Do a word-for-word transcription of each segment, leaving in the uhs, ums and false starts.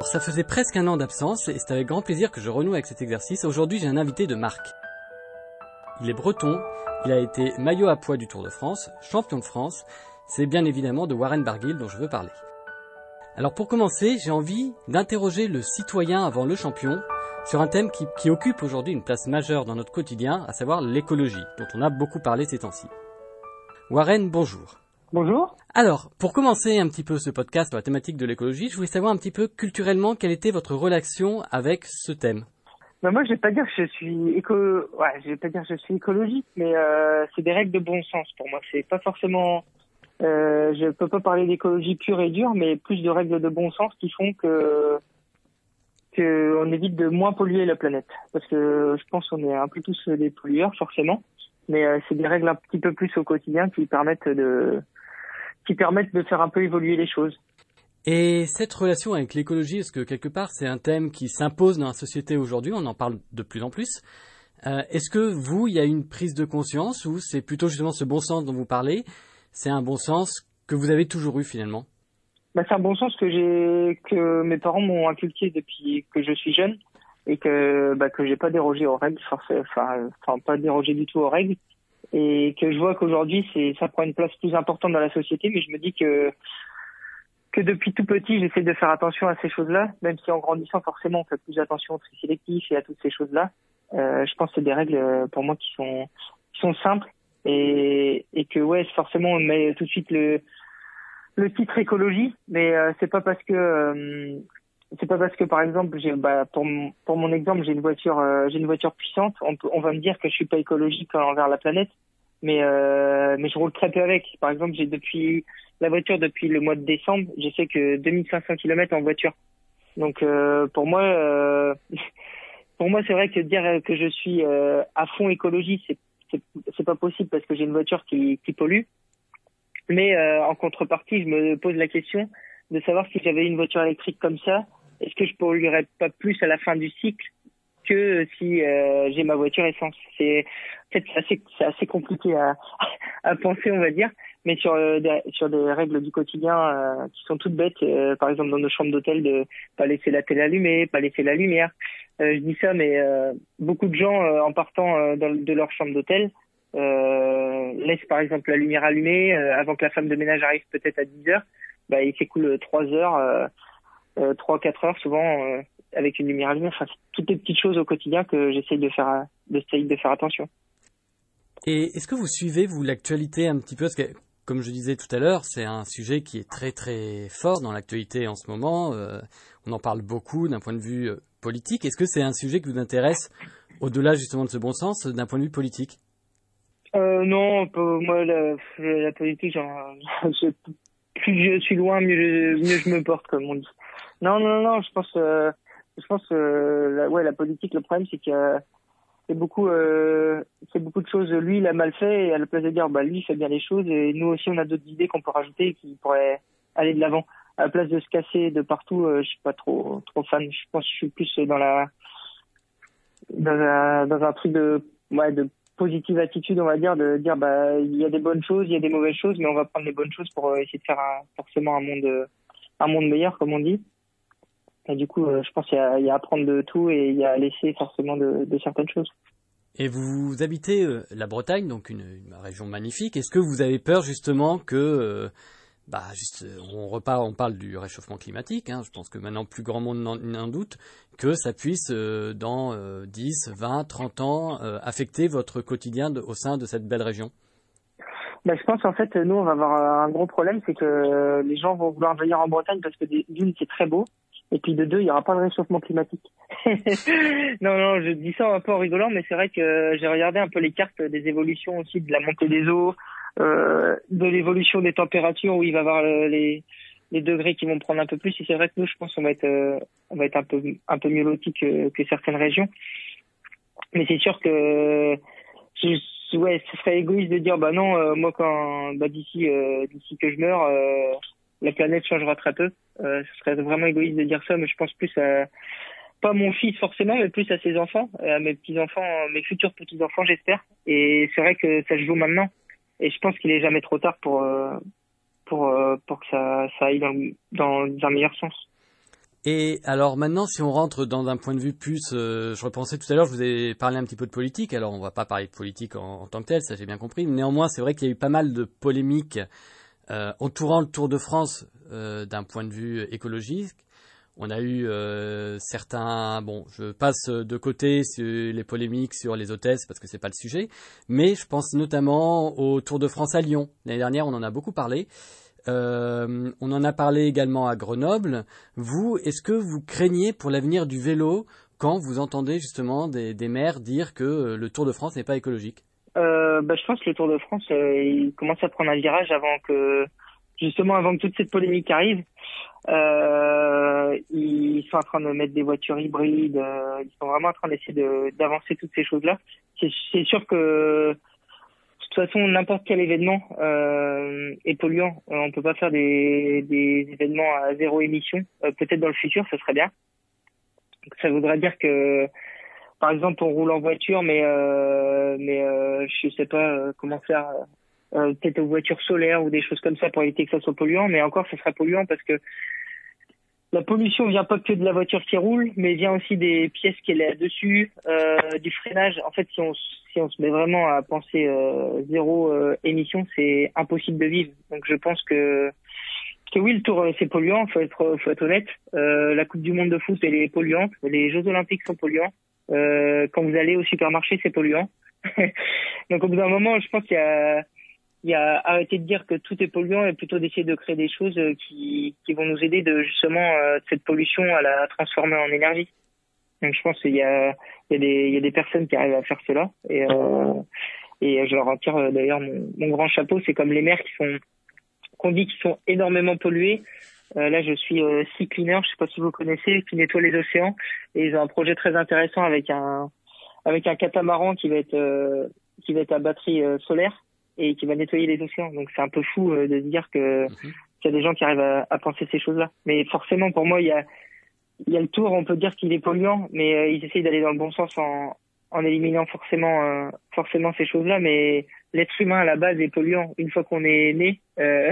Alors ça faisait presque un an d'absence et c'est avec grand plaisir que je renoue avec cet exercice. Aujourd'hui j'ai un invité de marque. Il est breton, il a été maillot à poids du Tour de France, champion de France. C'est bien évidemment de Warren Barguil dont je veux parler. Alors pour commencer, j'ai envie d'interroger le citoyen avant le champion sur un thème qui, qui occupe aujourd'hui une place majeure dans notre quotidien, à savoir l'écologie, dont on a beaucoup parlé ces temps-ci. Warren, bonjour. Bonjour. Alors, pour commencer un petit peu ce podcast sur la thématique de l'écologie, je voulais savoir un petit peu culturellement quelle était votre relation avec ce thème. Ben moi, je vais pas dire que je suis éco, ouais, je vais pas dire que je suis écologique, mais euh, c'est des règles de bon sens pour moi. C'est pas forcément, euh, je peux pas parler d'écologie pure et dure, mais plus de règles de bon sens qui font que que on évite de moins polluer la planète. Parce que je pense qu'on est un peu tous des pollueurs forcément, mais euh, c'est des règles un petit peu plus au quotidien qui permettent de qui permettent de faire un peu évoluer les choses. Et cette relation avec l'écologie, est-ce que quelque part c'est un thème qui s'impose dans la société aujourd'hui, on en parle de plus en plus. Euh, est-ce que vous, il y a une prise de conscience ou c'est plutôt justement ce bon sens dont vous parlez, c'est un bon sens que vous avez toujours eu finalement? Bah, c'est un bon sens que j'ai, que mes parents m'ont inculqué depuis que je suis jeune et que, bah, que j'ai pas dérogé aux règles, enfin, enfin, pas dérogé du tout aux règles. Et que je vois qu'aujourd'hui, c'est, ça prend une place plus importante dans la société, mais je me dis que, que depuis tout petit, j'essaie de faire attention à ces choses-là, même si en grandissant, forcément, on fait plus attention au tri sélectif et à toutes ces choses-là. Euh, je pense que c'est des règles, pour moi, qui sont, qui sont simples et, et que, ouais, forcément, on met tout de suite le, le titre écologie, mais euh, c'est pas parce que, euh, c'est pas parce que, par exemple, j'ai, bah, pour mon, pour mon exemple, j'ai une voiture, euh, j'ai une voiture puissante, on, peut, on va me dire que je suis pas écologique envers la planète, mais euh, mais je roule très peu avec. Par exemple, j'ai depuis la voiture depuis le mois de décembre, j'ai fait que deux mille cinq cents kilomètres en voiture. Donc euh, pour moi, euh, pour moi, c'est vrai que dire que je suis euh, à fond écologie, c'est c'est c'est pas possible parce que j'ai une voiture qui qui pollue. Mais euh, en contrepartie, je me pose la question de savoir si j'avais une voiture électrique comme ça, est-ce que je polluerais pas plus à la fin du cycle que si euh, j'ai ma voiture essence. C'est en fait c'est assez c'est assez compliqué à à penser, on va dire, mais sur euh, des, sur des règles du quotidien euh, qui sont toutes bêtes, euh, par exemple dans nos chambres d'hôtel, de pas laisser la télé allumée, pas laisser la lumière. Euh, je dis ça, mais euh, beaucoup de gens euh, en partant euh, dans, de leur chambre d'hôtel euh, laissent par exemple la lumière allumée euh, avant que la femme de ménage arrive peut-être à dix heures. Bah il s'écoule trois heures, euh, euh, trois quatre heures souvent. Euh, avec une lumière allumée, enfin, toutes les petites choses au quotidien que j'essaye de faire, d'essayer de faire attention. Et est-ce que vous suivez, vous, l'actualité un petit peu, parce que, comme je disais tout à l'heure, c'est un sujet qui est très très fort dans l'actualité en ce moment, euh, on en parle beaucoup d'un point de vue euh, politique. Est-ce que c'est un sujet qui vous intéresse, au-delà justement de ce bon sens, d'un point de vue politique? euh, Non, moi, la, la politique, genre, je, plus je suis loin, mieux je, mieux je me porte, comme on dit. Non, non, non, je pense... Euh, Je pense que euh, la, ouais, la politique, le problème, c'est qu'il y a c'est beaucoup, euh, c'est beaucoup de choses. Lui, il a mal fait, et à la place de dire, bah lui, il fait bien les choses, et nous aussi, on a d'autres idées qu'on peut rajouter et qui pourraient aller de l'avant. À la place de se casser de partout, euh, je suis pas trop, trop fan. Je pense que je suis plus dans la, dans un, dans un truc de, ouais, de positive attitude, on va dire, de dire, bah il y a des bonnes choses, il y a des mauvaises choses, mais on va prendre les bonnes choses pour euh, essayer de faire un, forcément un monde, un monde meilleur, comme on dit. Et du coup, euh, je pense qu'il y a, il y a à prendre de tout et il y a à laisser forcément de, de certaines choses. Et vous habitez euh, la Bretagne, donc une, une région magnifique. Est-ce que vous avez peur justement que, euh, bah, juste, on repart, on parle du réchauffement climatique, hein, je pense que maintenant plus grand monde n'en, n'en doute, que ça puisse euh, dans euh, dix, vingt, trente ans euh, affecter votre quotidien de, au sein de cette belle région? Bah, je pense en fait, nous, on va avoir un gros problème, c'est que les gens vont vouloir venir en Bretagne parce que d'une, c'est très beau. Et puis de deux, il n'y aura pas de réchauffement climatique. non, non, je dis ça un peu en rigolant, mais c'est vrai que j'ai regardé un peu les cartes des évolutions aussi de la montée des eaux, euh, de l'évolution des températures où il va y avoir les, les degrés qui vont prendre un peu plus. Et c'est vrai que nous, je pense, on va être, euh, on va être un peu, un peu mieux lotis que, que certaines régions. Mais c'est sûr que, je, ouais, ce serait égoïste de dire, bah non, euh, moi quand, bah d'ici, euh, d'ici que je meurs. Euh, la planète changera très peu. Euh, ce serait vraiment égoïste de dire ça, mais je pense plus à, pas mon fils forcément, mais plus à ses enfants, à mes petits-enfants, mes futurs petits-enfants, j'espère. Et c'est vrai que ça se joue maintenant. Et je pense qu'il est jamais trop tard pour, euh, pour, euh, pour que ça, ça aille dans, dans un meilleur sens. Et alors maintenant, si on rentre dans un point de vue plus, euh, je repensais tout à l'heure, je vous ai parlé un petit peu de politique. Alors on va pas parler de politique en, en tant que tel, ça j'ai bien compris. Mais néanmoins, c'est vrai qu'il y a eu pas mal de polémiques euh, entourant le Tour de France euh, d'un point de vue écologique. On a eu euh, certains, bon, je passe de côté sur les polémiques sur les hôtesses parce que c'est pas le sujet, mais je pense notamment au Tour de France à Lyon. L'année dernière, on en a beaucoup parlé. Euh, on en a parlé également à Grenoble. Vous, est-ce que vous craignez pour l'avenir du vélo quand vous entendez justement des, des maires dire que le Tour de France n'est pas écologique? euh, bah, Je pense que le Tour de France, euh, il commence à prendre un virage avant que, justement, avant que toute cette polémique arrive. Euh, ils sont en train de mettre des voitures hybrides. Euh, ils sont vraiment en train d'essayer de, d'avancer toutes ces choses-là. C'est, c'est sûr que de toute façon, n'importe quel événement euh, est polluant. Euh, on peut pas faire des, des événements à zéro émission. Euh, peut-être dans le futur, ce serait bien. Donc, ça voudrait dire que, par exemple, on roule en voiture, mais euh, mais euh, je sais pas euh, comment faire. Euh, peut-être aux voitures solaires ou des choses comme ça pour éviter que ça soit polluant. Mais encore, ce serait polluant parce que la pollution vient pas que de la voiture qui roule, mais vient aussi des pièces qu'elle est dessus, euh, du freinage. En fait, si on si on se met vraiment à penser euh, zéro euh, émission, c'est impossible de vivre. Donc, je pense que que oui, le Tour c'est polluant. Faut être faut être honnête. Euh, la Coupe du Monde de foot elle est polluante. Les Jeux Olympiques sont polluants. Euh, quand vous allez au supermarché, c'est polluant. Donc, au bout d'un moment, je pense qu'il y a Il y a arrêter de dire que tout est polluant et plutôt d'essayer de créer des choses qui, qui vont nous aider de justement euh, cette pollution à la transformer en énergie. Donc je pense qu'il y a, il y a des, il y a des personnes qui arrivent à faire cela et, euh, et je leur en tire euh, d'ailleurs mon, mon grand chapeau. C'est comme les mers qui sont, qu'on dit qui sont énormément polluées. Euh, là je suis euh, Sea Cleaner, je sais pas si vous connaissez, qui nettoie les océans et ils ont un projet très intéressant avec un, avec un catamaran qui va être, euh, qui va être à batterie euh, solaire et qui va nettoyer les océans. Donc c'est un peu fou euh, de se dire que mmh. qu'il y a des gens qui arrivent à, à penser ces choses-là. Mais forcément, pour moi, il y a, il y a le Tour, on peut dire qu'il est polluant, mais euh, ils essayent d'aller dans le bon sens en, en éliminant forcément, euh, forcément ces choses-là. Mais l'être humain à la base est polluant. Une fois qu'on est né, euh,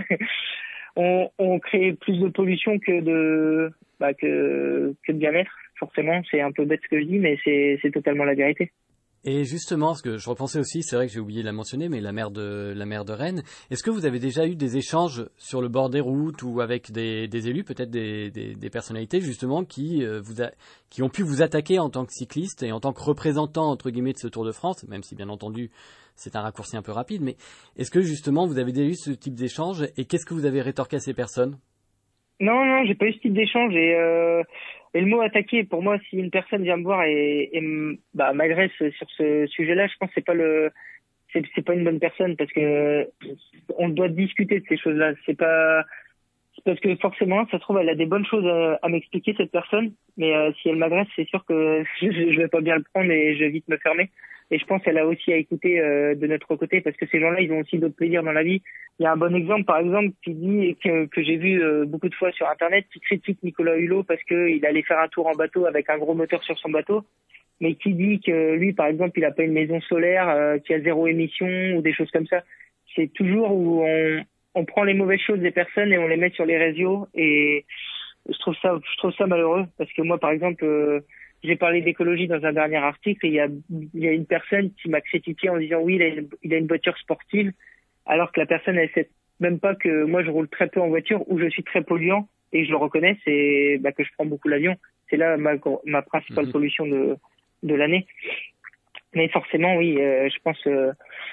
on, on crée plus de pollution que de, bah, que, que de bien-être. Forcément, c'est un peu bête ce que je dis, mais c'est, c'est totalement la vérité. Et justement, ce que je repensais aussi, c'est vrai que j'ai oublié de la mentionner, mais la maire de la maire de Rennes, est-ce que vous avez déjà eu des échanges sur le bord des routes ou avec des, des élus, peut-être des, des, des personnalités justement qui euh, vous a, qui ont pu vous attaquer en tant que cycliste et en tant que représentant entre guillemets de ce Tour de France, même si bien entendu c'est un raccourci un peu rapide, mais est-ce que justement vous avez déjà eu ce type d'échange et qu'est-ce que vous avez rétorqué à ces personnes? Non, non, j'ai pas eu ce type d'échange et, euh, et le mot attaquer, pour moi, si une personne vient me voir et, et bah, m'agresse sur ce sujet-là, je pense que c'est pas le, c'est, c'est pas une bonne personne parce que on doit discuter de ces choses-là. C'est pas, c'est parce que forcément, ça se trouve, elle a des bonnes choses à, à m'expliquer cette personne, mais euh, si elle m'agresse, c'est sûr que je, je vais pas bien le prendre et je vais vite me fermer. Et je pense qu'elle a aussi à écouter euh, de notre côté parce que ces gens-là, ils ont aussi d'autres plaisirs dans la vie. Il y a un bon exemple, par exemple, qui dit que, que j'ai vu euh, beaucoup de fois sur Internet, qui critique Nicolas Hulot parce qu'il allait faire un tour en bateau avec un gros moteur sur son bateau, mais qui dit que lui, par exemple, il a pas une maison solaire, euh, qui a zéro émission ou des choses comme ça. C'est toujours où on, on prend les mauvaises choses des personnes et on les met sur les réseaux et je trouve ça, je trouve ça malheureux parce que moi, par exemple, euh, j'ai parlé d'écologie dans un dernier article et il y a, il y a une personne qui m'a critiqué en disant oui, il a une, il a une voiture sportive, alors que la personne, elle sait même pas que moi, je roule très peu en voiture ou je suis très polluant et je le reconnais, c'est bah, que je prends beaucoup l'avion. C'est là ma, ma principale mmh. pollution de, de l'année. Mais forcément, oui, euh, je pense... Euh,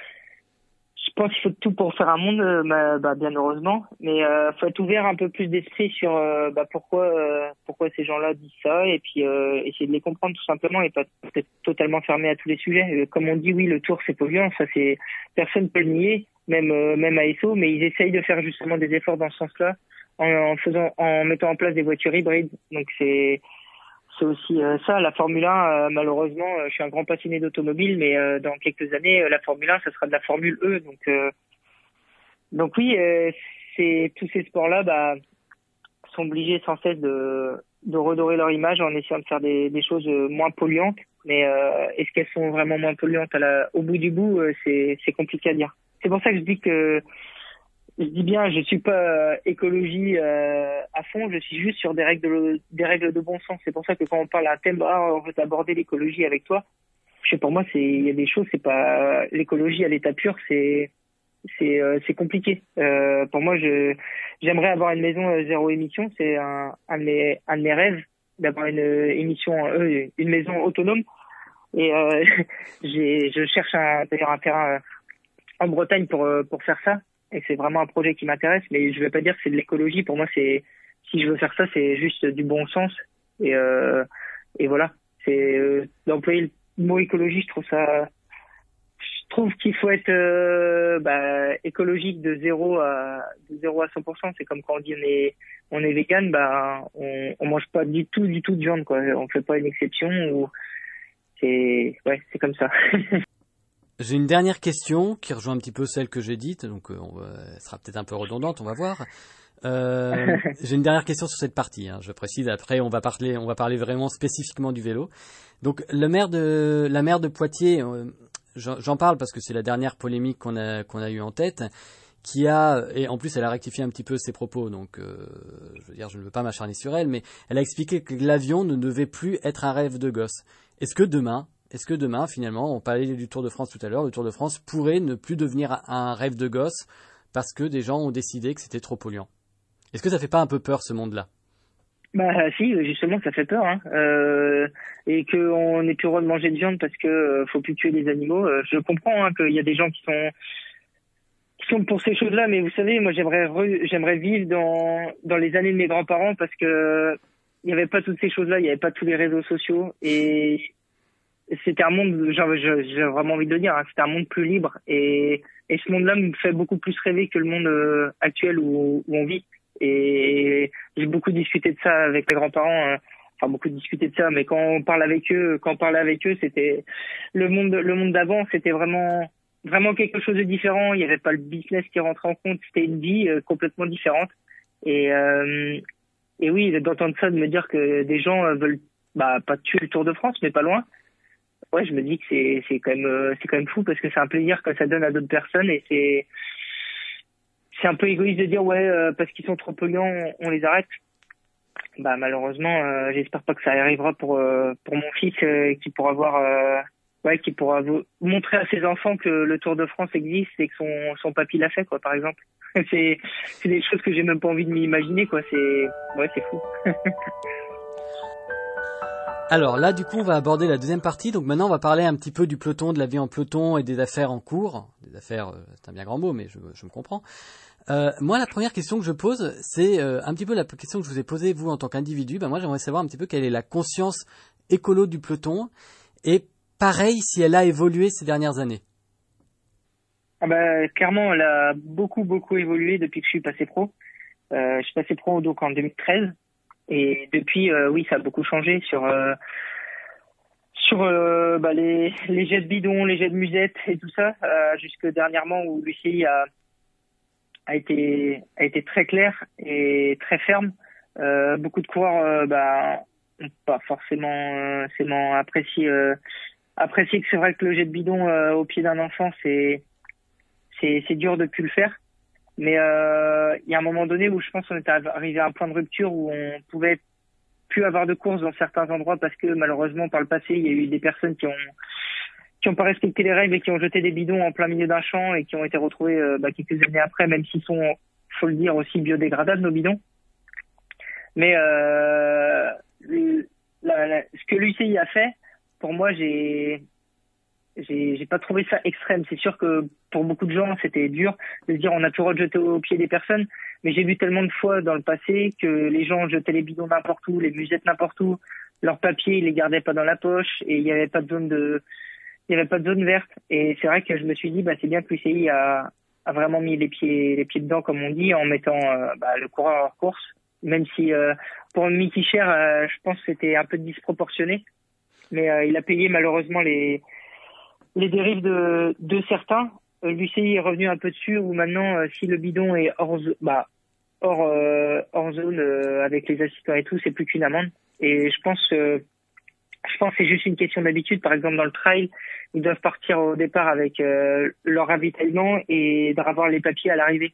Je pense qu'il faut tout pour faire un monde, euh, bah, bien heureusement, mais euh, faut être ouvert un peu plus d'esprit sur euh, bah, pourquoi euh, pourquoi ces gens-là disent ça et puis euh, essayer de les comprendre tout simplement et pas être totalement fermé à tous les sujets. Euh, comme on dit, oui, le Tour c'est polluant, ça c'est personne peut le nier, même euh, même A S O, mais ils essayent de faire justement des efforts dans ce sens-là en, en faisant en mettant en place des voitures hybrides. Donc c'est C'est aussi euh, ça, la Formule un, euh, malheureusement, euh, je suis un grand passionné d'automobile, mais euh, dans quelques années, euh, la Formule un, ça sera de la Formule E. Donc, euh, donc oui, euh, c'est tous ces sports-là bah, sont obligés sans cesse de, de redorer leur image en essayant de faire des, des choses moins polluantes. Mais euh, est-ce qu'elles sont vraiment moins polluantes à la, au bout du bout, euh, c'est, c'est compliqué à dire. C'est pour ça que je dis que je dis bien, je suis pas euh, écologie euh, à fond, je suis juste sur des règles de, des règles de bon sens. C'est pour ça que quand on parle à un thème, ah, on veut aborder l'écologie avec toi. Je sais, pour moi, c'est, il y a des choses, c'est pas l'écologie à l'état pur, c'est, c'est, euh, c'est compliqué. Euh, pour moi, je, j'aimerais avoir une maison euh, zéro émission. C'est un, un de mes, un de mes rêves d'avoir une euh, émission, euh, une maison autonome. Et euh, j'ai, je cherche un, d'ailleurs un terrain euh, en Bretagne pour euh, pour faire ça. Et c'est vraiment un projet qui m'intéresse. Mais je vais pas dire que c'est de l'écologie. Pour moi, c'est, si je veux faire ça, c'est juste du bon sens. Et euh, et voilà. C'est euh, d'employer le mot écologie. Je trouve ça. Je trouve qu'il faut être euh, bah, écologique de zéro à de zéro à cent pour cent. C'est comme quand on dit on est on est vegan, bah on on mange pas du tout du tout de viande, quoi. On fait pas une exception ou c'est ouais, c'est comme ça. J'ai une dernière question qui rejoint un petit peu celle que j'ai dite, donc euh, on va, elle sera peut-être un peu redondante, on va voir. Euh, j'ai une dernière question sur cette partie, hein, je précise. Après, on va parler, on va parler vraiment spécifiquement du vélo. Donc, le maire de la maire de Poitiers, euh, j'en, j'en parle parce que c'est la dernière polémique qu'on a qu'on a eu en tête, qui a, et en plus elle a rectifié un petit peu ses propos. Donc, euh, je veux dire, je ne veux pas m'acharner sur elle, mais elle a expliqué que l'avion ne devait plus être un rêve de gosse. Est-ce que demain Est-ce que demain, finalement, on parlait du Tour de France tout à l'heure, le Tour de France pourrait ne plus devenir un rêve de gosse parce que des gens ont décidé que c'était trop polluant? Est-ce que ça fait pas un peu peur, ce monde-là? Bah si, justement, ça fait peur, hein. Euh, et qu'on n'ait plus le droit de manger de viande parce que euh, faut plus tuer les animaux. Euh, je comprends hein, qu'il y a des gens qui sont qui sont pour ces choses-là, mais vous savez, moi j'aimerais re- j'aimerais vivre dans dans les années de mes grands-parents parce que il n'y avait pas toutes ces choses-là, il n'y avait pas tous les réseaux sociaux et c'était un monde, genre, je- j'ai vraiment envie de le dire, hein, c'était un monde plus libre et et ce monde-là me fait beaucoup plus rêver que le monde euh, actuel où, où on vit. Et j'ai beaucoup discuté de ça avec mes grands-parents, hein. Enfin beaucoup discuté de ça, mais quand on parle avec eux, quand on parlait avec eux, c'était le monde, le monde d'avant, c'était vraiment, vraiment quelque chose de différent. Il n'y avait pas le business qui rentrait en compte, c'était une vie euh, complètement différente. Et euh, et oui, d'entendre ça, de me dire que des gens euh, veulent, bah pas tuer le Tour de France, mais pas loin. Ouais, je me dis que c'est c'est quand même euh, c'est quand même fou parce que c'est un plaisir que ça donne à d'autres personnes et c'est c'est un peu égoïste de dire ouais euh, parce qu'ils sont trop polluants on, on les arrête. Bah malheureusement euh, j'espère pas que ça arrivera pour euh, pour mon fils euh, qui pourra voir euh, ouais qui pourra vo- montrer à ses enfants que le Tour de France existe et que son son papy l'a fait quoi par exemple. c'est c'est des choses que j'ai même pas envie de m'imaginer quoi, c'est ouais c'est fou. Alors là, du coup, on va aborder la deuxième partie. Donc maintenant, on va parler un petit peu du peloton, de la vie en peloton et des affaires en cours. Des affaires, euh, c'est un bien grand mot, mais je, je me comprends. Euh, moi, la première question que je pose, c'est euh, un petit peu la question que je vous ai posée, vous, en tant qu'individu. Ben, moi, j'aimerais savoir un petit peu quelle est la conscience écolo du peloton. Et pareil, si elle a évolué ces dernières années. Ah bah clairement elle a beaucoup beaucoup évolué depuis que je suis passé pro. Euh, je suis passé pro donc en deux mille treize. Et depuis, euh, oui, ça a beaucoup changé sur euh, sur euh, bah, les les jets de bidon, les jets de musette et tout ça, euh, jusque dernièrement où l'U C I a a été a été très clair et très ferme. Euh, beaucoup de coureurs, euh, bah, ont pas forcément euh, forcément apprécié euh, apprécié que c'est vrai que le jet de bidon euh, au pied d'un enfant, c'est c'est c'est dur de plus le faire. Mais euh, il y a un moment donné où je pense qu'on était arrivé à un point de rupture où on pouvait plus avoir de courses dans certains endroits parce que malheureusement par le passé il y a eu des personnes qui ont qui ont pas respecté les règles et qui ont jeté des bidons en plein milieu d'un champ et qui ont été retrouvés euh, bah, quelques années après, même s'ils sont, faut le dire, aussi biodégradables nos bidons. Mais euh, la, la, ce que l'U C I a fait, pour moi, j'ai j'ai j'ai pas trouvé ça extrême. C'est sûr que pour beaucoup de gens c'était dur de se dire on a plus le droit de jeter au pied des personnes, mais j'ai vu tellement de fois dans le passé que les gens jetaient les bidons n'importe où, les musettes n'importe où, leurs papiers ils les gardaient pas dans la poche et il y avait pas de zone de il y avait pas de zone verte. Et c'est vrai que je me suis dit bah c'est bien que l'U C I a a vraiment mis les pieds les pieds dedans comme on dit en mettant euh, bah, le coureur hors course, même si euh, pour Mickey Cher euh, je pense que c'était un peu disproportionné, mais euh, il a payé malheureusement les les dérives de, de certains. Euh, L'U C I est revenu un peu dessus où maintenant, euh, si le bidon est hors, bah, hors, euh, hors zone euh, avec les assistants et tout, c'est plus qu'une amende. Et je pense, euh, je pense que c'est juste une question d'habitude. Par exemple, dans le trail, ils doivent partir au départ avec euh, leur ravitaillement et d'avoir les papiers à l'arrivée.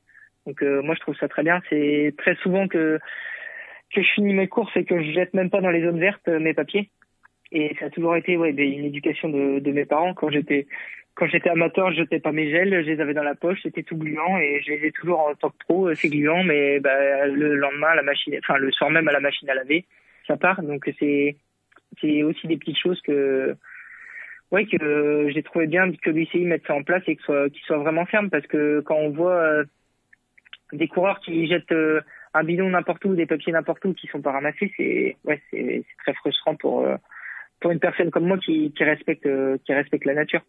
Donc euh, moi je trouve ça très bien. C'est très souvent que que je finis mes courses et que je jette même pas dans les zones vertes euh, mes papiers. Et ça a toujours été ouais une éducation de, de mes parents. Quand j'étais quand j'étais amateur, je jetais pas mes gels, je les avais dans la poche, c'était tout gluant et je les ai toujours en tant que pro, c'est gluant, mais bah, le lendemain à la machine, enfin le soir même à la machine à laver, ça part. Donc c'est c'est aussi des petites choses que ouais que euh, j'ai trouvé bien que l'U C I mette ça en place et que soit qu'il soit vraiment ferme, parce que quand on voit euh, des coureurs qui jettent euh, un bidon n'importe où, des papiers n'importe où, qui sont pas ramassés, c'est ouais c'est c'est très frustrant pour euh, pour une personne comme moi qui, qui respecte euh, qui respecte la nature.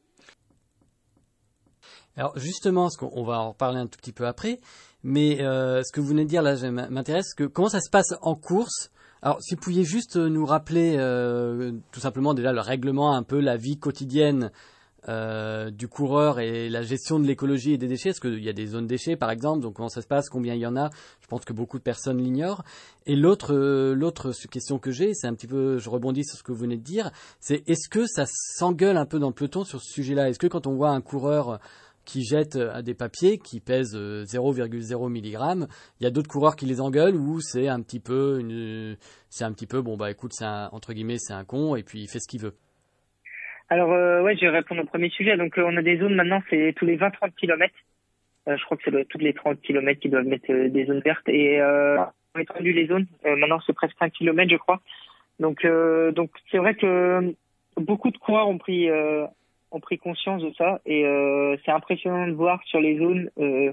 Alors justement, ce qu'on on va en reparler un tout petit peu après, mais euh, ce que vous venez de dire là m'intéresse, que comment ça se passe en course. Alors si vous pouviez juste nous rappeler euh, tout simplement déjà le règlement, un peu la vie quotidienne euh, du coureur et la gestion de l'écologie et des déchets. Est-ce qu'il y a des zones déchets par exemple, donc comment ça se passe, combien il y en a? Je pense que beaucoup de personnes l'ignorent. Et l'autre euh, l'autre question que j'ai, c'est un petit peu, je rebondis sur ce que vous venez de dire, c'est est-ce que ça s'engueule un peu dans le peloton sur ce sujet-là? Est-ce que quand on voit un coureur qui jettent à des papiers qui pèsent zéro virgule zéro milligrammes, il y a d'autres coureurs qui les engueulent, ou c'est un petit peu une, c'est un petit peu bon bah écoute, c'est un, entre guillemets c'est un con et puis il fait ce qu'il veut. Alors euh, ouais, je vais répondre au premier sujet. Donc euh, on a des zones maintenant, c'est tous les vingt à trente kilomètres. Euh, je crois que c'est toutes les trente kilomètres qui doivent mettre euh, des zones vertes, et euh, on a étendu les zones. Euh, maintenant c'est presque un kilomètre je crois. Donc euh, donc c'est vrai que beaucoup de coureurs ont pris euh, ont pris conscience de ça, et euh, c'est impressionnant de voir sur les zones euh,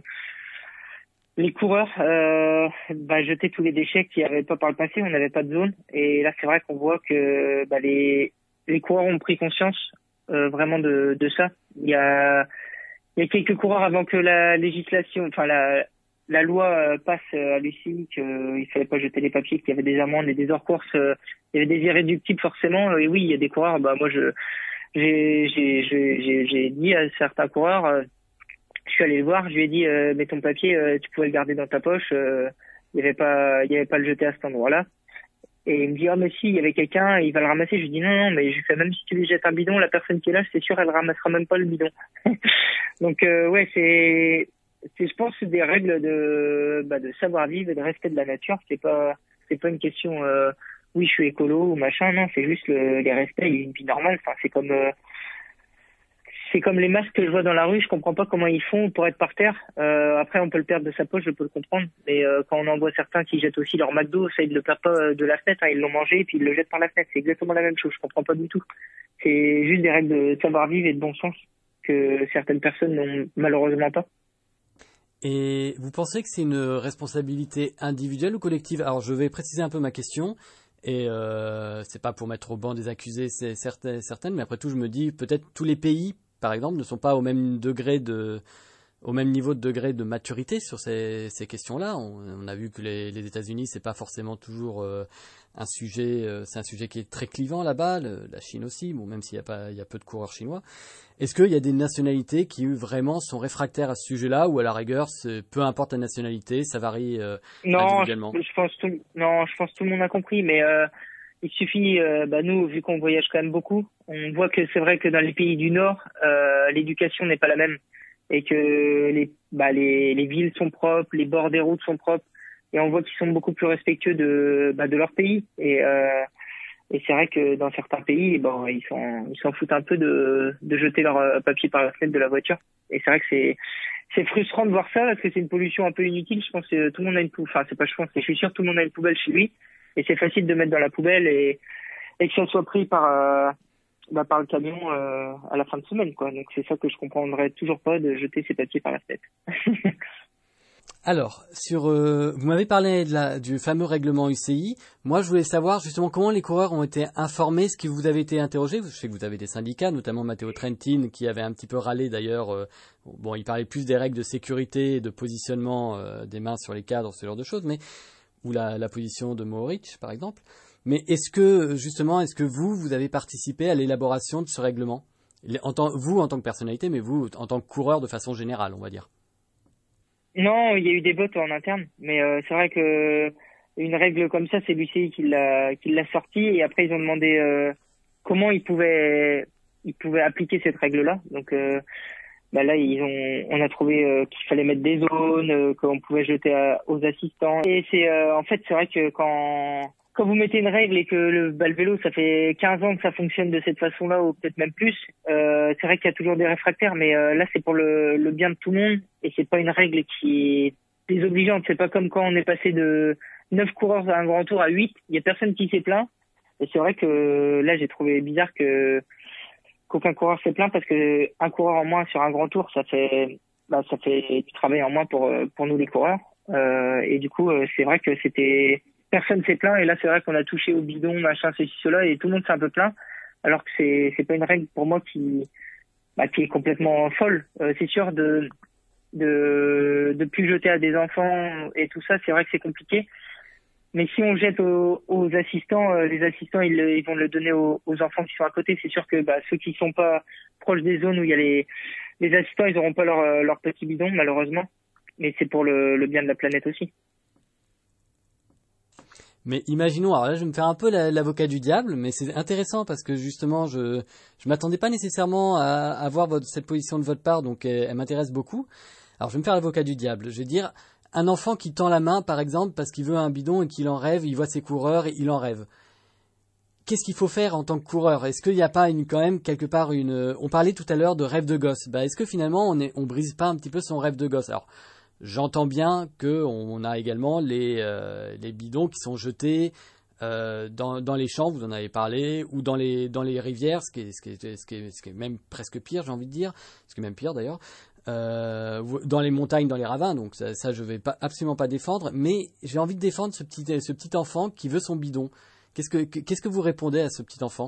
les coureurs euh, bah, jeter tous les déchets qu'il n'y avait pas par le passé. On n'avait pas de zone, et là c'est vrai qu'on voit que bah, les les coureurs ont pris conscience euh, vraiment de, de ça. Il y a il y a quelques coureurs avant que la législation, enfin la la loi euh, passe à l'U C I, qu'il fallait pas jeter les papiers, qu'il y avait des amendes et des hors-courses, euh, il y avait des irréductibles forcément. Et oui, il y a des coureurs, bah moi je j'ai j'ai j'ai j'ai dit à certains coureurs, euh, je suis allé le voir, je lui ai dit euh, mets ton papier, euh, tu pouvais le garder dans ta poche, euh, il y avait pas il y avait pas à le jeter à cet endroit-là. Et il me dit ah mais si, il y avait quelqu'un, il va le ramasser. Je lui dis non non, mais je fais, même si tu lui jettes un bidon, la personne qui est là, c'est sûr elle ramassera même pas le bidon. Donc euh, ouais, c'est c'est je pense des règles de bah, de savoir-vivre et de respect de la nature. C'est pas c'est pas une question euh, oui je suis écolo ou machin, non, c'est juste le, les respects et une vie normale. Enfin c'est comme euh, c'est comme les masques que je vois dans la rue, je comprends pas comment ils font pour être par terre. Euh, après, on peut le perdre de sa poche, je peux le comprendre. Mais euh, quand on en voit certains qui jettent aussi leur McDo, ça, ils le perdent pas de la fenêtre, hein, ils l'ont mangé et puis ils le jettent par la fenêtre. C'est exactement la même chose, je comprends pas du tout. C'est juste des règles de savoir-vivre et de bon sens que certaines personnes n'ont malheureusement pas. Et vous pensez que c'est une responsabilité individuelle ou collective? Alors, je vais préciser un peu ma question. Et euh, c'est pas pour mettre au banc des accusés, c'est certain, certaines, mais après tout, je me dis peut-être tous les pays, par exemple, ne sont pas au même degré de, au même niveau de degré de maturité sur ces, ces questions-là. On, on a vu que les, les États-Unis, c'est pas forcément toujours euh, un sujet, euh, c'est un sujet qui est très clivant là-bas. Le, la Chine aussi, bon, même s'il y a pas, il y a peu de coureurs chinois. Est-ce qu'il y a des nationalités qui vraiment sont réfractaires à ce sujet-là, ou à la rigueur, peu importe la nationalité, ça varie euh, non, individuellement? Je, je pense tout, non, je pense que tout le monde a compris, mais euh, il suffit, euh, bah nous, vu qu'on voyage quand même beaucoup, on voit que c'est vrai que dans les pays du Nord, euh, l'éducation n'est pas la même, et que les, bah les, les villes sont propres, les bords des routes sont propres, et on voit qu'ils sont beaucoup plus respectueux de, bah, de leur pays. Et euh, Et c'est vrai que dans certains pays, bon, ils s'en ils s'en foutent un peu de, de jeter leur papier par la fenêtre de la voiture. Et c'est vrai que c'est c'est frustrant de voir ça, parce que c'est une pollution un peu inutile. Je pense que tout le monde a une poubelle. Enfin, c'est pas je pense, je suis sûr que tout le monde a une poubelle chez lui. Et c'est facile de mettre dans la poubelle et, et que ça soit pris par euh, bah, par le camion euh, à la fin de semaine, quoi. Donc c'est ça que je comprendrais toujours pas, de jeter ses papiers par la fenêtre. Alors, sur, euh, vous m'avez parlé de la, du fameux règlement U C I. Moi, je voulais savoir justement comment les coureurs ont été informés, ce qui vous avez été interrogé. Je sais que vous avez des syndicats, notamment Matteo Trentin, qui avait un petit peu râlé d'ailleurs. Euh, bon, il parlait plus des règles de sécurité et de positionnement euh, des mains sur les cadres, ce genre de choses, mais ou la, la position de Mohoric, par exemple. Mais est-ce que justement, est-ce que vous, vous avez participé à l'élaboration de ce règlement, en tant, vous en tant que personnalité, mais vous en tant que coureur de façon générale, on va dire? Non, il y a eu des votes en interne, mais euh, c'est vrai que une règle comme ça, c'est l'U C I qui l'a qui l'a sortie, et après ils ont demandé euh, comment ils pouvaient ils pouvaient appliquer cette règle-là. Donc euh, bah là ils ont, on a trouvé euh, qu'il fallait mettre des zones, euh, qu'on pouvait jeter à, aux assistants. Et c'est, euh, en fait, c'est vrai que quand quand vous mettez une règle et que le, bah, le vélo, ça fait quinze ans que ça fonctionne de cette façon-là, ou peut-être même plus, euh, c'est vrai qu'il y a toujours des réfractaires, mais euh, là, c'est pour le, le bien de tout le monde, et c'est pas une règle qui est désobligeante. C'est pas comme quand on est passé de neuf coureurs à un grand tour à huit, il y a personne qui s'est plaint. Et c'est vrai que là, j'ai trouvé bizarre que qu'aucun coureur s'est plaint, parce que un coureur en moins sur un grand tour, ça fait bah, ça fait du travail en moins pour pour nous les coureurs. Euh, et du coup, c'est vrai que c'était personne s'est plaint, et là c'est vrai qu'on a touché au bidon, machin, ceci, cela, et tout le monde s'est un peu plaint, alors que c'est c'est pas une règle pour moi qui bah, qui est complètement folle. Euh, c'est sûr de de de plus jeter à des enfants et tout ça, c'est vrai que c'est compliqué. Mais si on jette aux, aux assistants, euh, les assistants ils, ils vont le donner aux, aux enfants qui sont à côté. C'est sûr que bah, ceux qui sont pas proches des zones où il y a les les assistants, ils auront pas leur leur petit bidon malheureusement. Mais c'est pour le, le bien de la planète aussi. Mais imaginons, alors là je vais me faire un peu la, l'avocat du diable, mais c'est intéressant parce que justement je je m'attendais pas nécessairement à avoir votre, cette position de votre part, donc elle, elle m'intéresse beaucoup. Alors je vais me faire l'avocat du diable, je vais dire un enfant qui tend la main par exemple parce qu'il veut un bidon et qu'il en rêve, il voit ses coureurs et il en rêve. Qu'est-ce qu'il faut faire en tant que coureur? Est-ce qu'il n'y a pas une, quand même quelque part une... On parlait tout à l'heure de rêve de gosse. Bah, est-ce que finalement on est, on brise pas un petit peu son rêve de gosse? Alors j'entends bien qu'on a également les, euh, les bidons qui sont jetés euh, dans, dans les champs, vous en avez parlé, ou dans les, dans les rivières, ce qui est, ce qui est, ce qui est, ce qui est même presque pire, j'ai envie de dire, ce qui est même pire d'ailleurs, euh, dans les montagnes, dans les ravins, donc ça, ça je vais pas, absolument pas défendre, mais j'ai envie de défendre ce petit, ce petit enfant qui veut son bidon. Qu'est-ce que, qu'est-ce que vous répondez à ce petit enfant?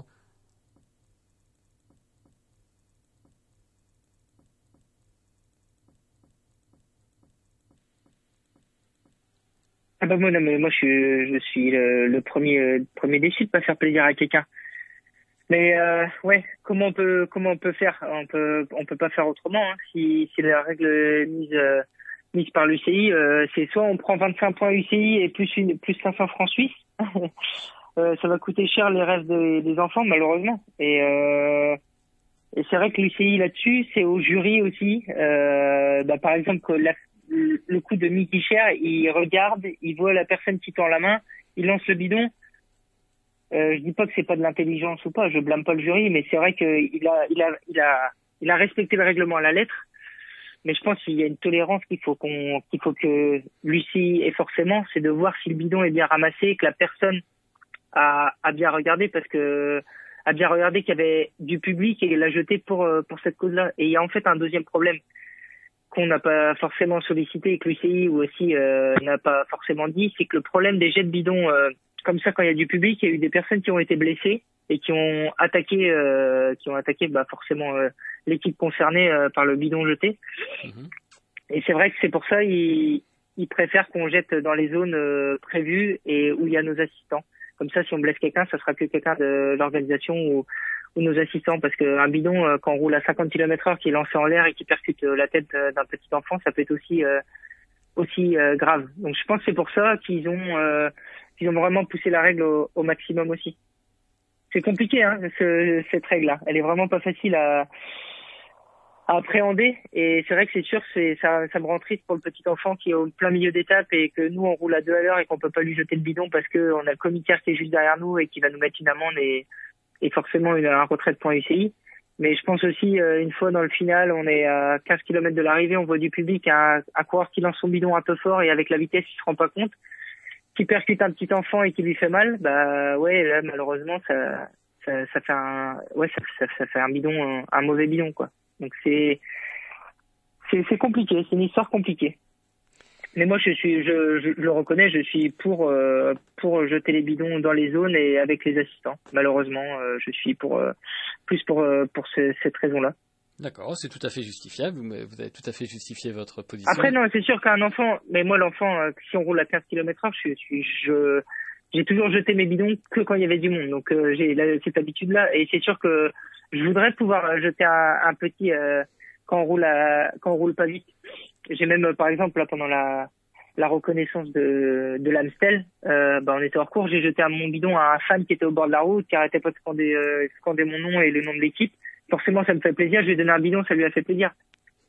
Ah bah moi, non, mais moi je suis, je suis le, le premier, euh, premier déçu de pas faire plaisir à quelqu'un. Mais euh, ouais, comment on peut, comment on peut faire? On peut, on peut pas faire autrement. Hein. Si, si la règle est mise, euh, mise par l'U C I, euh, c'est soit on prend vingt-cinq points U C I et plus une, plus cinq cents francs suisses. euh, ça va coûter cher les rêves des, des enfants malheureusement. Et euh, et c'est vrai que l'U C I là-dessus, c'est au jury aussi. Euh, bah, par exemple, que la, le coup de Mickey Cher, il regarde, il voit la personne qui tend la main, il lance le bidon. Euh, je dis pas que c'est pas de l'intelligence ou pas, je blâme pas le jury, mais c'est vrai qu'il a, il a, il a, il a respecté le règlement à la lettre. Mais je pense qu'il y a une tolérance qu'il faut qu'on, qu'il faut que l'U C I ait forcément, c'est de voir si le bidon est bien ramassé, que la personne a, a bien regardé, parce que a bien regardé qu'il y avait du public et l'a jeté pour pour cette cause-là. Et il y a en fait un deuxième problème qu'on n'a pas forcément sollicité et que l'U C I ou aussi euh, n'a pas forcément dit, c'est que le problème des jets de bidon euh, comme ça, quand il y a du public, il y a eu des personnes qui ont été blessées et qui ont attaqué, euh, qui ont attaqué bah, forcément euh, l'équipe concernée euh, par le bidon jeté. Mmh. Et c'est vrai que c'est pour ça ils, ils préfèrent qu'on jette dans les zones euh, prévues et où il y a nos assistants. Comme ça, si on blesse quelqu'un, ça sera que quelqu'un de l'organisation ou, ou nos assistants, parce qu'un bidon, euh, quand on roule à cinquante kilomètres heure, qui est lancé en l'air et qui percute euh, la tête euh, d'un petit enfant, ça peut être aussi euh, aussi euh, grave. Donc je pense que c'est pour ça qu'ils ont euh, qu'ils ont vraiment poussé la règle au, au maximum aussi. C'est compliqué, hein, ce, cette règle-là. Elle est vraiment pas facile à, à appréhender. Et c'est vrai que c'est sûr, c'est ça, ça me rend triste pour le petit enfant qui est au plein milieu d'étape et que nous on roule à deux à l'heure et qu'on peut pas lui jeter le bidon parce que on a le commissaire qui est juste derrière nous et qui va nous mettre une amende et, et forcément une, un retrait de points U C I. Mais je pense aussi, euh, une fois dans le final, on est à quinze kilomètres de l'arrivée, on voit du public, un, un coureur qui lance son bidon un peu fort et avec la vitesse, il se rend pas compte, qui percute un petit enfant et qui lui fait mal. Bah ouais, là malheureusement, ça, ça, ça fait un, ouais, ça, ça, ça fait un bidon, un, un mauvais bidon quoi. Donc c'est, c'est, c'est compliqué, c'est une histoire compliquée. Mais moi, je suis, je, je, je le reconnais, je suis pour euh, pour jeter les bidons dans les zones et avec les assistants. Malheureusement, euh, je suis pour euh, plus pour euh, pour ce, cette raison-là. D'accord, c'est tout à fait justifiable. Vous avez tout à fait justifié votre position. Après, non, c'est sûr qu'un enfant, mais moi, l'enfant, euh, si on roule à quinze kilomètres heure, je suis, je, j'ai toujours jeté mes bidons que quand il y avait du monde. Donc, euh, j'ai la, cette habitude-là, et c'est sûr que je voudrais pouvoir jeter un, un petit euh, quand on roule à, quand on roule pas vite. J'ai même, par exemple, là, pendant la, la reconnaissance de, de l'Amstel, euh, bah, on était hors cours, j'ai jeté un, mon bidon à un fan qui était au bord de la route, qui arrêtait pas de scander, euh, scander mon nom et le nom de l'équipe. Forcément, ça me fait plaisir, je lui ai donné un bidon, ça lui a fait plaisir.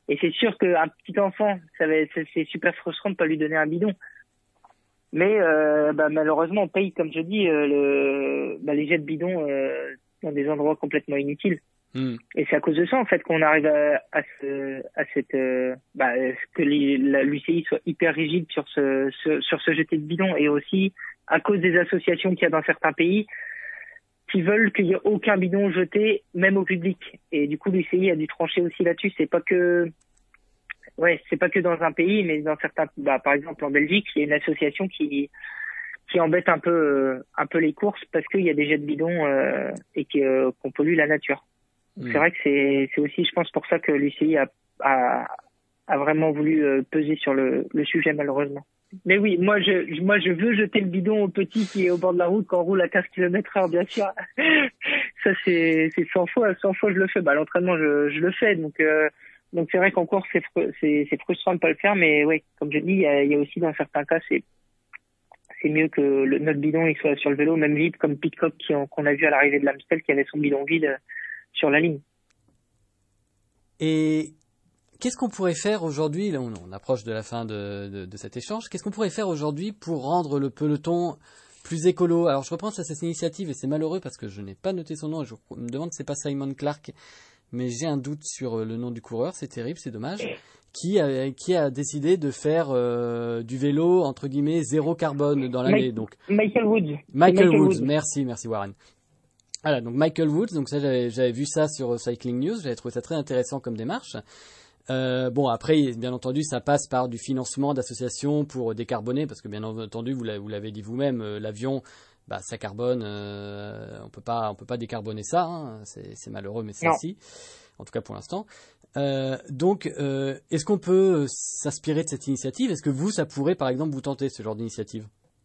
Et c'est sûr qu'un petit enfant, ça va, c'est super frustrant de pas lui donner un bidon. Mais euh, bah, malheureusement, on paye, comme je dis, euh, le, bah, les jets de bidon euh, dans des endroits complètement inutiles. Mm. Et c'est à cause de ça, en fait, qu'on arrive à, à, ce, à cette, euh, bah, que l'U C I soit hyper rigide sur ce, ce, sur ce jeté de bidon, et aussi à cause des associations qu'il y a dans certains pays qui veulent qu'il y ait aucun bidon jeté, même au public. Et du coup, l'U C I a dû trancher aussi là-dessus. C'est pas que, ouais, c'est pas que dans un pays, mais dans certains, bah, par exemple en Belgique, il y a une association qui qui embête un peu, euh, un peu les courses parce qu'il y a des jets de bidon euh, et que, euh, qu'on pollue la nature. Mmh. C'est vrai que c'est, c'est aussi, je pense, pour ça que l'U C I a, a, a vraiment voulu euh, peser sur le, le sujet, malheureusement. Mais oui, moi je, moi je veux jeter le bidon au petit qui est au bord de la route quand on roule à quinze kilomètres heure, bien sûr. Ça c'est, c'est cent fois, cent fois je le fais. Bah l'entraînement je, je le fais, donc euh, donc c'est vrai qu'en course c'est, c'est, c'est frustrant de pas le faire, mais oui, comme je dis, il y a, il y a aussi dans certains cas c'est, c'est mieux que le, notre bidon il soit sur le vélo, même vide, comme Pitcock qui, qu'on a vu à l'arrivée de l'Amstel qui avait son bidon vide sur la ligne. Et qu'est-ce qu'on pourrait faire aujourd'hui, là on, on approche de la fin de, de, de cet échange, qu'est-ce qu'on pourrait faire aujourd'hui pour rendre le peloton plus écolo? Alors je reprends ça, cette initiative, et c'est malheureux parce que je n'ai pas noté son nom, et je me demande si c'est pas Simon Clark, mais j'ai un doute sur le nom du coureur, c'est terrible, c'est dommage, qui a, qui a décidé de faire euh, du vélo, entre guillemets, zéro carbone dans l'année. Donc Michael Woods. Michael, Michael Woods, Woods, merci, merci Warren. Voilà, donc Michael Woods, donc ça j'avais, j'avais vu ça sur Cycling News, j'avais trouvé ça très intéressant comme démarche. Euh, bon, après, bien entendu, ça passe par du financement d'associations pour décarboner, parce que bien entendu, vous l'avez, vous l'avez dit vous-même, euh, l'avion, bah, ça carbone, euh, on peut pas, on peut pas décarboner ça, hein, c'est, c'est malheureux, mais c'est non. ainsi, en tout cas pour l'instant. Euh, donc, euh, est-ce qu'on peut s'inspirer de cette initiative? Est-ce que vous, ça pourrait, par exemple, vous tenter ce genre d'initiative?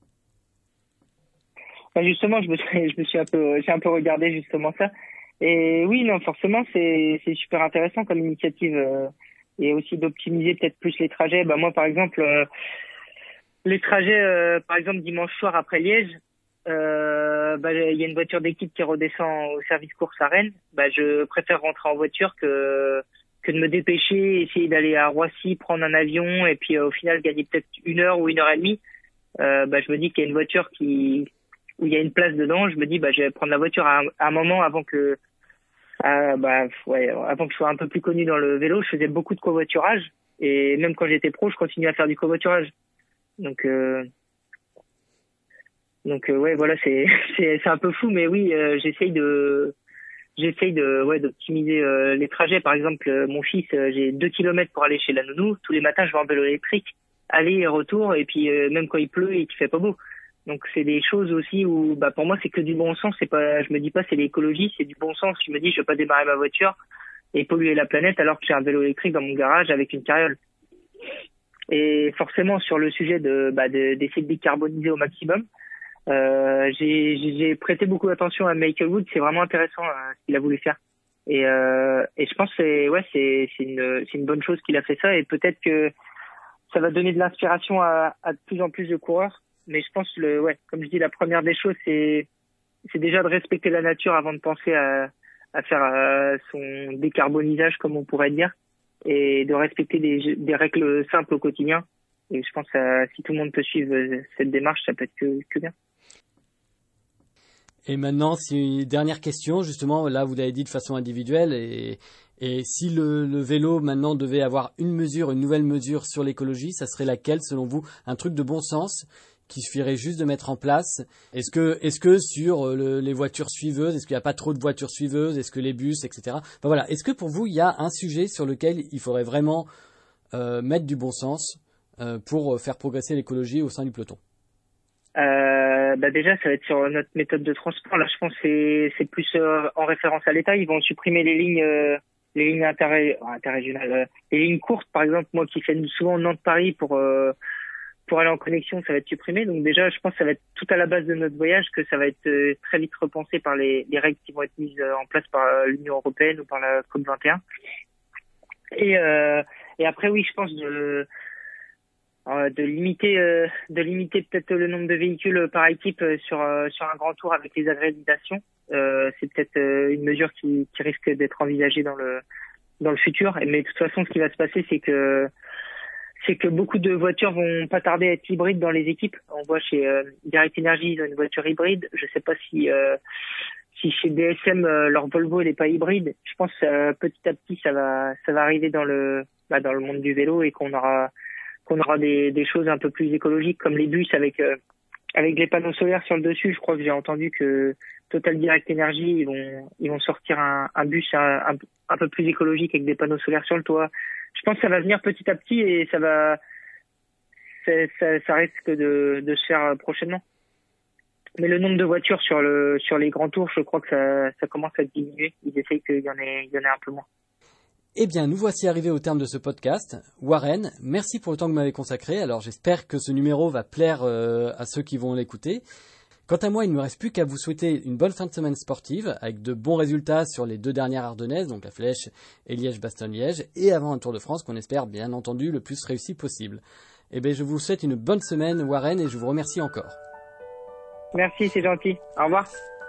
Bah justement, je me suis, je me suis un peu, j'ai un peu regardé justement ça. Et oui, non, forcément, c'est, c'est super intéressant comme initiative. Euh, et aussi d'optimiser peut-être plus les trajets. Bah moi, par exemple, euh, les trajets, euh, par exemple, dimanche soir après Liège, euh, bah, il y a une voiture d'équipe qui redescend au service course à Rennes. Bah, je préfère rentrer en voiture que que de me dépêcher, essayer d'aller à Roissy, prendre un avion et puis euh, au final gagner peut-être une heure ou une heure et demie. Euh, bah, je me dis qu'il y a une voiture qui où il y a une place dedans. Je me dis, bah, je vais prendre la voiture à un, à un moment avant que Euh, bah ouais, avant que je sois un peu plus connu dans le vélo, je faisais beaucoup de covoiturage et même quand j'étais pro, je continuais à faire du covoiturage. Donc euh, donc euh, ouais, voilà, c'est c'est c'est un peu fou, mais oui, euh, j'essaye de j'essaye de ouais d'optimiser euh, les trajets. Par exemple, euh, mon fils, euh, j'ai deux kilomètres pour aller chez la nounou. Tous les matins, je vais en vélo électrique, aller et retour, et puis euh, même quand il pleut et qu'il fait pas beau. Donc c'est des choses aussi où bah pour moi c'est que du bon sens, c'est pas je me dis pas c'est l'écologie, c'est du bon sens. Je me dis je vais pas démarrer ma voiture et polluer la planète alors que j'ai un vélo électrique dans mon garage avec une carriole. Et forcément sur le sujet de bah de, d'essayer de décarboniser au maximum, euh, j'ai j'ai prêté beaucoup d'attention à Michael Woods, c'est vraiment intéressant euh, ce qu'il a voulu faire. Et euh, et je pense que c'est ouais c'est c'est une c'est une bonne chose qu'il a fait ça, et peut-être que ça va donner de l'inspiration à à de plus en plus de coureurs. Mais je pense le ouais, comme je dis, la première des choses c'est c'est déjà de respecter la nature avant de penser à à faire euh, son décarbonisage comme on pourrait dire, et de respecter des des règles simples au quotidien. Et je pense que si tout le monde peut suivre cette démarche, ça peut être que que bien. Et maintenant, c'est une dernière question, justement, là vous l'avez dit de façon individuelle, et et si le, le vélo maintenant devait avoir une mesure, une nouvelle mesure sur l'écologie, ça serait laquelle selon vous? Un truc de bon sens qu'il suffirait juste de mettre en place? Est-ce que, est-ce que sur le, les voitures suiveuses, est-ce qu'il n'y a pas trop de voitures suiveuses? Est-ce que les bus, et cetera. Enfin, voilà. Est-ce que pour vous, il y a un sujet sur lequel il faudrait vraiment euh, mettre du bon sens euh, pour faire progresser l'écologie au sein du peloton? Euh, bah déjà, ça va être sur notre méthode de transport. Là, je pense que c'est, c'est plus euh, en référence à l'État. Ils vont supprimer les lignes, euh, les lignes interré- interrégionales, euh, les lignes courtes. Par exemple, moi qui fais souvent Nantes-Paris pour euh, pour aller en connexion, ça va être supprimé. Donc déjà, je pense que ça va être tout à la base de notre voyage, que ça va être euh, très vite repensé par les, les règles qui vont être mises en place par euh, l'Union européenne ou par la COP vingt et un. Et euh, et après, oui, je pense de Euh, de limiter euh, de limiter peut-être le nombre de véhicules par équipe euh, sur euh, sur un grand tour avec les agrégitations. Euh, c'est peut-être euh, une mesure qui, qui risque d'être envisagée dans le dans le futur. Mais de toute façon, ce qui va se passer, c'est que c'est que beaucoup de voitures vont pas tarder à être hybrides dans les équipes. On voit chez euh, Direct Energy, ils ont une voiture hybride. Je sais pas si euh, si chez D S M euh, leur Volvo elle est pas hybride. Je pense que euh, petit à petit ça va ça va arriver dans le bah, dans le monde du vélo et qu'on aura qu'on aura des des choses un peu plus écologiques comme les bus avec euh, avec les panneaux solaires sur le dessus. Je crois que j'ai entendu que Total Direct Energy ils vont ils vont sortir un, un bus un, un, un peu plus écologique avec des panneaux solaires sur le toit. Je pense que ça va venir petit à petit et ça va, ça, ça, ça risque de, de se faire prochainement. Mais le nombre de voitures sur le, sur les grands tours, je crois que ça, ça commence à diminuer. Ils essayent qu'il y en ait, il y en ait un peu moins. Eh bien, nous voici arrivés au terme de ce podcast. Warren, merci pour le temps que vous m'avez consacré. Alors, j'espère que ce numéro va plaire euh, à ceux qui vont l'écouter. Quant à moi, il ne me reste plus qu'à vous souhaiter une bonne fin de semaine sportive avec de bons résultats sur les deux dernières Ardennaises, donc la Flèche et Liège-Bastogne-Liège, et avant un Tour de France qu'on espère bien entendu le plus réussi possible. Eh bien, je vous souhaite une bonne semaine, Warren, et je vous remercie encore. Merci, c'est gentil. Au revoir.